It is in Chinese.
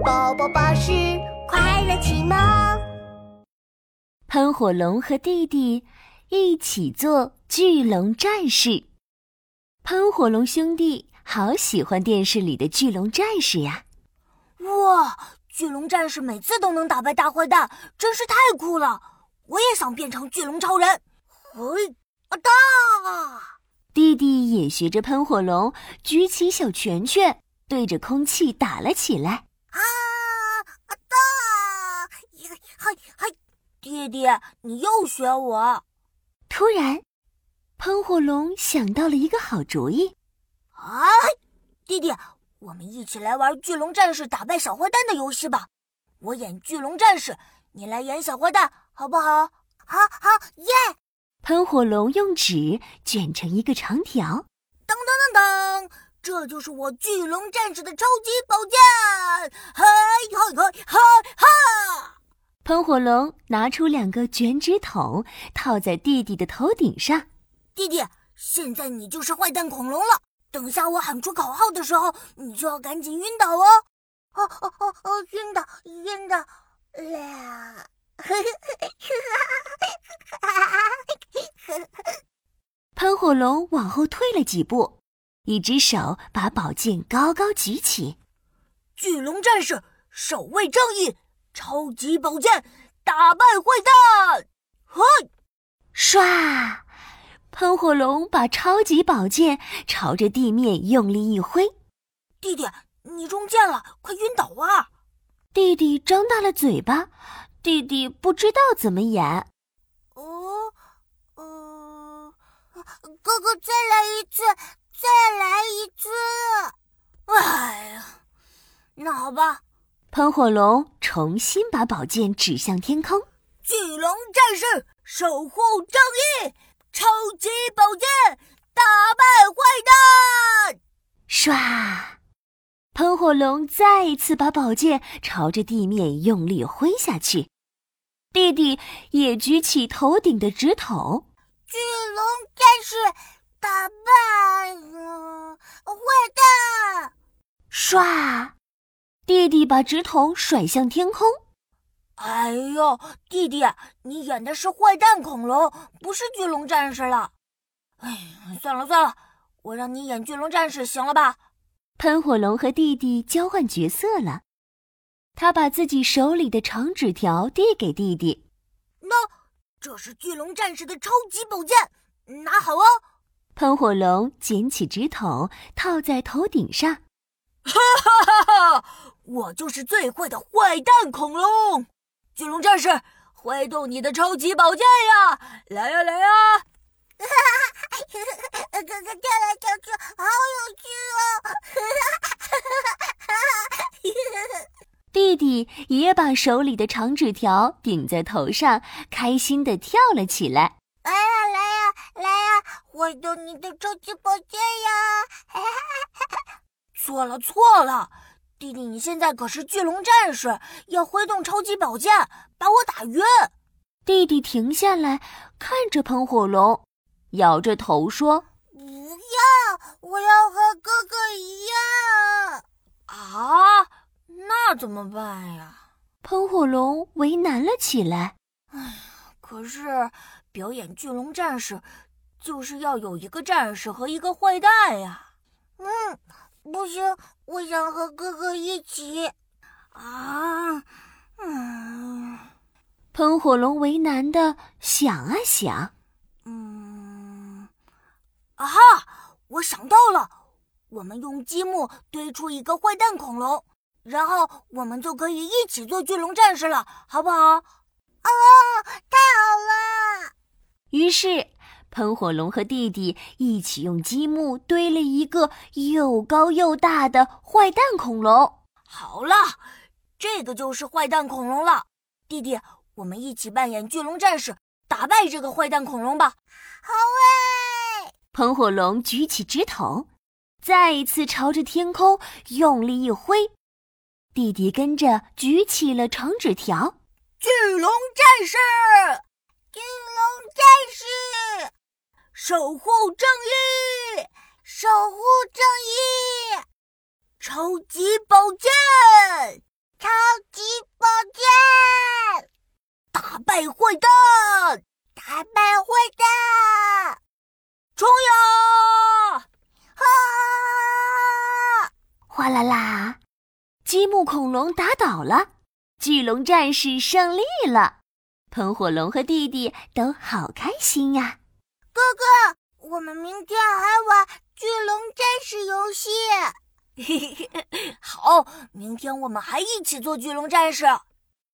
宝宝巴士快乐启蒙。 喷火龙和弟弟一起做巨龙战士。喷火龙兄弟好喜欢电视里的巨龙战士呀！ 哇，巨龙战士每次都能打败大坏蛋，真是太酷了！我也想变成巨龙超人。大！ 弟弟也学着喷火龙，举起小拳拳，对着空气打了起来。 弟弟，你又学我！ 突然，喷火龙想到了一个好主意。 弟弟，我们一起来玩巨龙战士打败小坏蛋的游戏吧。我演巨龙战士，你来演小坏蛋，好不好？好，耶！ 喷火龙用纸卷成一个长条。 噔，这就是我巨龙战士的超级宝剑！哈！ 喷火龙拿出2个卷纸筒，套在弟弟的头顶上。 弟弟，现在你就是坏蛋恐龙了。等下我喊出口号的时候，你就要赶紧晕倒哦！晕倒！ 喷火龙往后退了几步，一只手把宝剑高高举起。 巨龙战士守卫正义，超级宝剑打败坏蛋！ 唰！喷火龙把超级宝剑朝着地面用力一挥。 弟弟，你中箭了，快晕倒啊！ 弟弟张大了嘴巴，弟弟不知道怎么演。 哥哥，再来一次！哎呀，那好吧。 喷火龙重新把宝剑指向天空。 巨龙战士守护正义，超级宝剑打败坏蛋！ 唰！喷火龙再一次把宝剑朝着地面用力挥下去。弟弟也举起头顶的纸筒。 巨龙战士打败坏蛋！ 唰！弟弟把纸筒甩向天空。 哎呦，弟弟，你演的是坏蛋恐龙，不是巨龙战士了。算了，我让你演巨龙战士行了吧？ 喷火龙和弟弟交换角色了。他把自己手里的长纸条递给弟弟。 这是巨龙战士的超级宝剑，拿好哦！ 喷火龙捡起纸筒，套在头顶上。 我就是最会的坏蛋恐龙！巨龙战士，挥动你的超级宝剑呀！来呀！哥哥跳来跳去，好有趣哦！ 弟弟也把手里的长纸条顶在头上，开心地跳了起来。 来呀！挥动你的超级宝剑呀！错了，弟弟，你现在可是巨龙战士，要挥动超级宝剑，把我打晕。 弟弟停下来，看着喷火龙，摇着头说：“ 不要，我要和哥哥一样。”那怎么办呀？ 喷火龙为难了起来。 可是表演巨龙战士就是要有一个战士和一个坏蛋呀。不行，我想和哥哥一起。 喷火龙为难地想啊想。 我想到了，我们用积木堆出一个坏蛋恐龙，然后我们就可以一起做巨龙战士了，好不好？太好了！ 于是喷火龙和弟弟一起用积木堆了一个又高又大的坏蛋恐龙。 好了，这个就是坏蛋恐龙了。弟弟，我们一起扮演巨龙战士，打败这个坏蛋恐龙吧。好诶！ 喷火龙举起纸筒，再一次朝着天空用力一挥。弟弟跟着举起了长纸条。 巨龙战士，守护正义，超级宝剑， 哗啦啦，积木恐龙打倒了，巨龙战士胜利了。喷火龙和弟弟都好开心呀！ 哥哥，我们明天还玩巨龙战士游戏。好，明天我们还一起做巨龙战士。